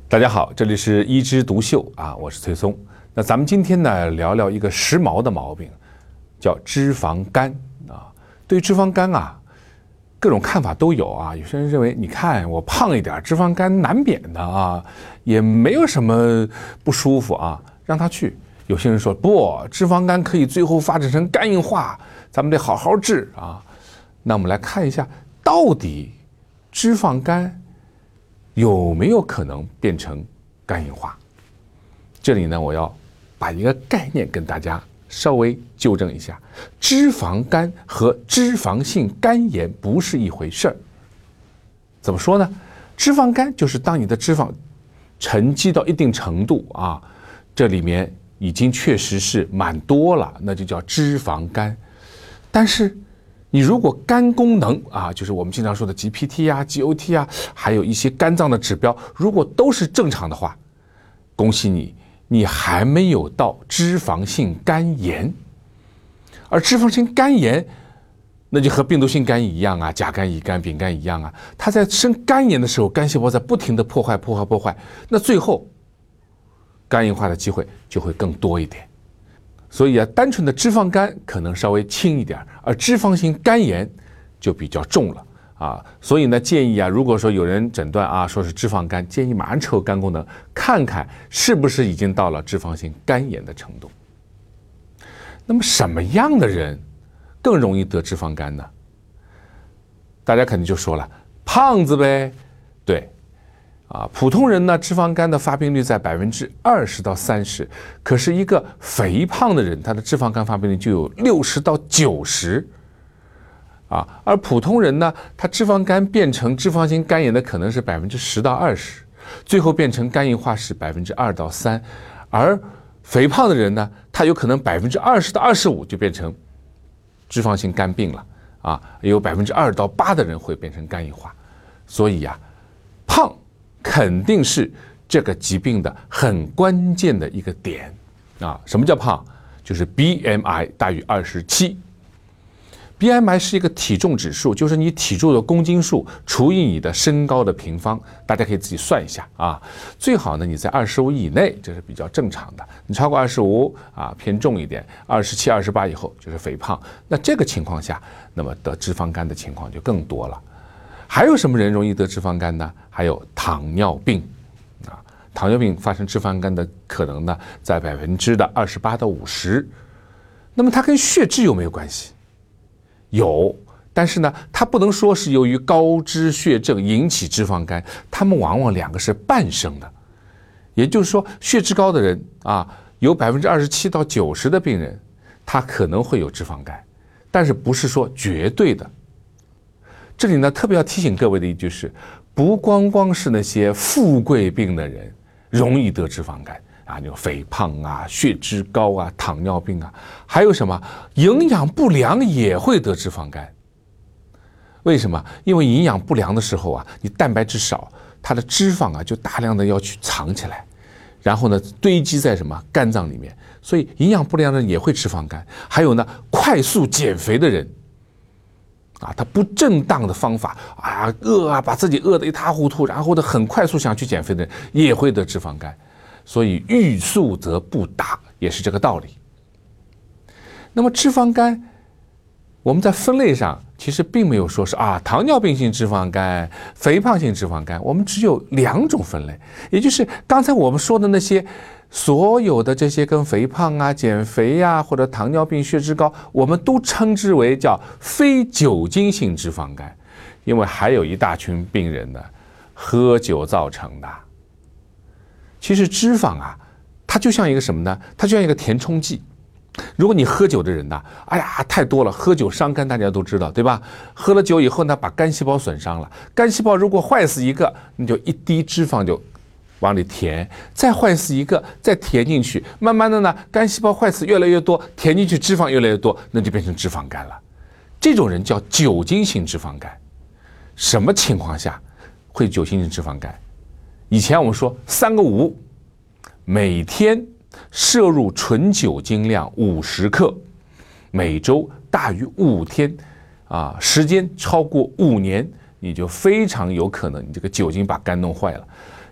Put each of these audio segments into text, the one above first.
大家好，这里是一枝独秀啊，我是崔松。那咱们今天呢聊聊一个时髦的毛病，叫脂肪肝啊。对于脂肪肝啊，各种看法都有啊。有些人认为，你看我胖一点，脂肪肝难免的啊，也没有什么不舒服啊，让他去。有些人说不，脂肪肝可以最后发展成肝硬化，咱们得好好治啊。那我们来看一下，到底脂肪肝有没有可能变成肝硬化？这里呢，我要把一个概念跟大家稍微纠正一下：脂肪肝和脂肪性肝炎不是一回事儿。怎么说呢？脂肪肝就是当你的脂肪沉积到一定程度啊，这里面已经确实是蛮多了，那就叫脂肪肝。但是你如果肝功能啊，就是我们经常说的 GPT 啊、GOT 啊，还有一些肝脏的指标，如果都是正常的话，恭喜你，你还没有到脂肪性肝炎。而脂肪性肝炎，那就和病毒性肝一样啊，甲肝、乙肝、丙肝一样啊，它在生肝炎的时候，肝细胞在不停的破坏，那最后肝硬化的机会就会更多一点。所以啊，单纯的脂肪肝可能稍微轻一点，而脂肪性肝炎就比较重了啊。所以呢，建议啊，如果说有人诊断啊说是脂肪肝，建议马上抽肝功能，看看是不是已经到了脂肪性肝炎的程度。那么什么样的人更容易得脂肪肝呢？大家肯定就说了，胖子呗。对。普通人呢，脂肪肝的发病率在20%到30%，可是一个肥胖的人，他的脂肪肝发病率就有60%到90%。而普通人呢，他脂肪肝变成脂肪性肝炎的可能是10%到20%，最后变成肝硬化是2%到3%，而肥胖的人呢，他有可能20%到25%就变成脂肪性肝病了有2%到8%的人会变成肝硬化。所以胖肯定是这个疾病的很关键的一个点什么叫胖？就是 BMI 大于27。BMI 是一个体重指数，就是你体重的公斤数除以你的身高的平方，大家可以自己算一下最好呢，你在25以内，这是比较正常的。你超过25偏重一点，27、28以后就是肥胖。那这个情况下，那么得脂肪肝的情况就更多了。还有什么人容易得脂肪肝呢？还有糖尿病糖尿病发生脂肪肝的可能呢，在28%到50%。那么它跟血脂有没有关系？有，但是呢，它不能说是由于高脂血症引起脂肪肝，它们往往两个是伴生的。也就是说，血脂高的人有27%到90%的病人，他可能会有脂肪肝，但是不是说绝对的。这里呢，特别要提醒各位的一句是，不光光是那些富贵病的人容易得脂肪肝那种肥胖血脂高糖尿病还有什么营养不良也会得脂肪肝。为什么？因为营养不良的时候你蛋白质少，它的脂肪就大量的要去藏起来，然后呢堆积在什么肝脏里面，所以营养不良的人也会脂肪肝。还有呢，快速减肥的人他不正当的方法把自己饿得一塌糊涂，然后呢很快速想去减肥的人也会得脂肪肝。所以欲速则不达，也是这个道理。那么脂肪肝，我们在分类上其实并没有说是糖尿病性脂肪肝、肥胖性脂肪肝，我们只有2种分类，也就是刚才我们说的那些所有的这些跟肥胖减肥或者糖尿病、血脂高，我们都称之为叫非酒精性脂肪肝，因为还有一大群病人呢，喝酒造成的。其实脂肪它就像一个什么呢？它就像一个填充剂。如果你喝酒的人太多了，喝酒伤肝，大家都知道，对吧？喝了酒以后呢，把肝细胞损伤了，肝细胞如果坏死一个，你就一滴脂肪就往里填，再坏死一个，再填进去，慢慢的呢，肝细胞坏死越来越多，填进去脂肪越来越多，那就变成脂肪肝了。这种人叫酒精性脂肪肝。什么情况下会酒精性脂肪肝？以前我们说3个5，每天摄入纯酒精量50克，每周大于5天时间超过5年，你就非常有可能你这个酒精把肝弄坏了。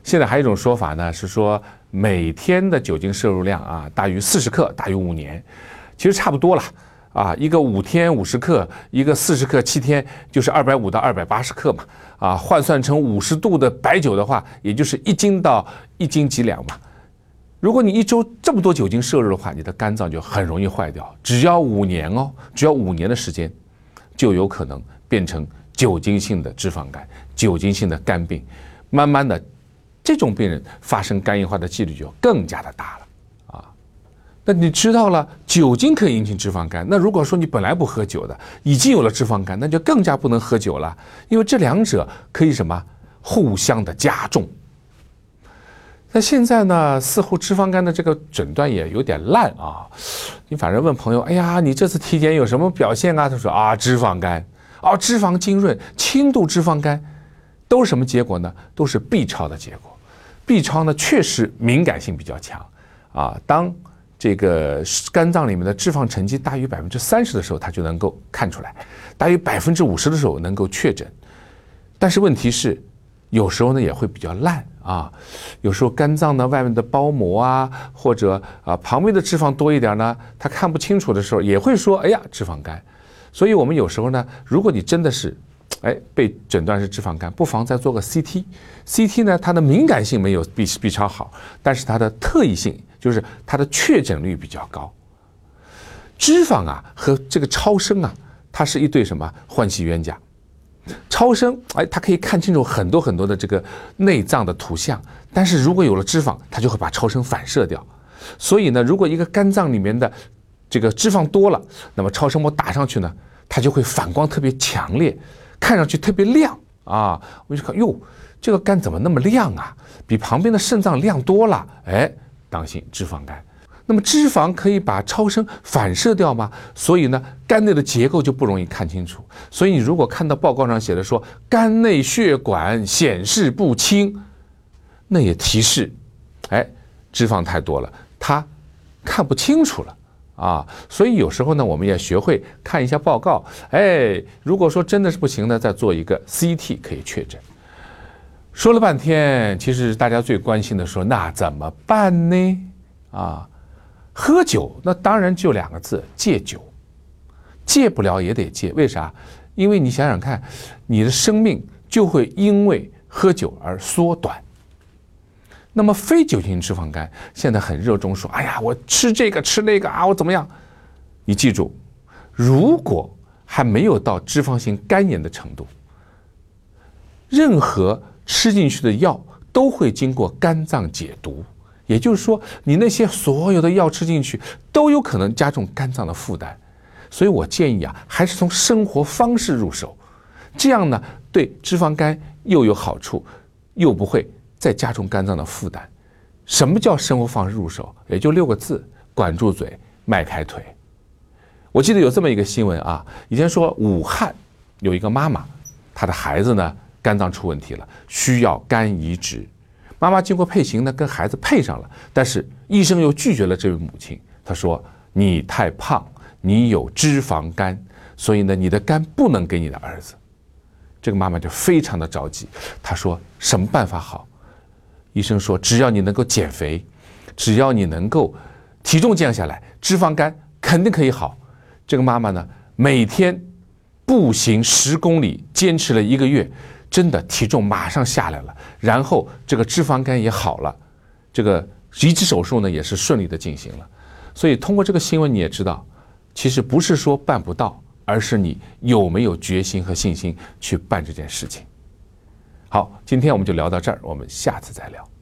现在还有一种说法呢，是说每天的酒精摄入量啊大于40克，大于5年，其实差不多了啊。一个5天50克，一个40克7天，就是250到280克嘛。啊，换算成50度的白酒的话，也就是1斤到1斤几两嘛。如果你一周这么多酒精摄入的话，你的肝脏就很容易坏掉。只要5年哦，只要5年的时间，就有可能变成酒精性的脂肪肝、酒精性的肝病。慢慢的，这种病人发生肝硬化的几率就更加的大了啊。那你知道了，酒精可以引起脂肪肝。那如果说你本来不喝酒的，已经有了脂肪肝，那就更加不能喝酒了，因为这两者可以什么互相的加重。那现在呢，似乎脂肪肝的这个诊断也有点烂啊。你反正问朋友，哎呀，你这次体检有什么表现啊？他说啊，脂肪肝，脂肪浸润，轻度脂肪肝，都是什么结果呢？都是 B 超的结果。B 超呢，确实敏感性比较强啊。当这个肝脏里面的脂肪沉积大于30%的时候，它就能够看出来；大于50%的时候能够确诊。但是问题是，有时候呢也会比较烂啊。有时候肝脏呢外面的包膜啊，或者旁边的脂肪多一点呢，它看不清楚的时候，也会说哎呀脂肪肝。所以我们有时候呢，如果你真的是被诊断是脂肪肝，不妨再做个 CT。CT 呢，它的敏感性没有 B 超好，但是它的特异性就是它的确诊率比较高。脂肪啊和这个超声啊，它是一对什么欢喜冤家。超声它可以看清楚很多很多的这个内脏的图像，但是如果有了脂肪，它就会把超声反射掉。所以呢，如果一个肝脏里面的这个脂肪多了，那么超声波打上去呢，它就会反光特别强烈，看上去特别亮啊。我就看哟，这个肝怎么那么亮啊？比旁边的肾脏亮多了。当心脂肪肝。那么脂肪可以把超声反射掉吗？所以呢，肝内的结构就不容易看清楚。所以你如果看到报告上写的说肝内血管显示不清，那也提示，脂肪太多了，它看不清楚了啊。所以有时候呢，我们也学会看一下报告。如果说真的是不行呢，再做一个 CT 可以确诊。说了半天，其实大家最关心的说，那怎么办呢？喝酒那当然就2个字，戒酒。戒不了也得戒，为啥？因为你想想看，你的生命就会因为喝酒而缩短。那么非酒精脂肪肝现在很热衷说，哎呀，我吃这个吃那个啊，我怎么样？你记住，如果还没有到脂肪性肝炎的程度，任何吃进去的药都会经过肝脏解毒。也就是说，你那些所有的药吃进去，都有可能加重肝脏的负担。所以我建议还是从生活方式入手，这样呢，对脂肪肝又有好处，又不会再加重肝脏的负担。什么叫生活方式入手？也就6个字：管住嘴，迈开腿。我记得有这么一个新闻以前说武汉有一个妈妈，她的孩子呢肝脏出问题了，需要肝移植。妈妈经过配型呢，跟孩子配上了，但是医生又拒绝了这位母亲。他说：“你太胖，你有脂肪肝，所以呢，你的肝不能给你的儿子。”这个妈妈就非常的着急。她说：“什么办法好？”医生说：“只要你能够减肥，只要你能够体重降下来，脂肪肝肯定可以好。”这个妈妈呢，每天步行10公里，坚持了1个月。真的体重马上下来了，然后这个脂肪肝也好了，这个移植手术呢也是顺利的进行了。所以通过这个新闻你也知道，其实不是说办不到，而是你有没有决心和信心去办这件事情。好，今天我们就聊到这儿，我们下次再聊。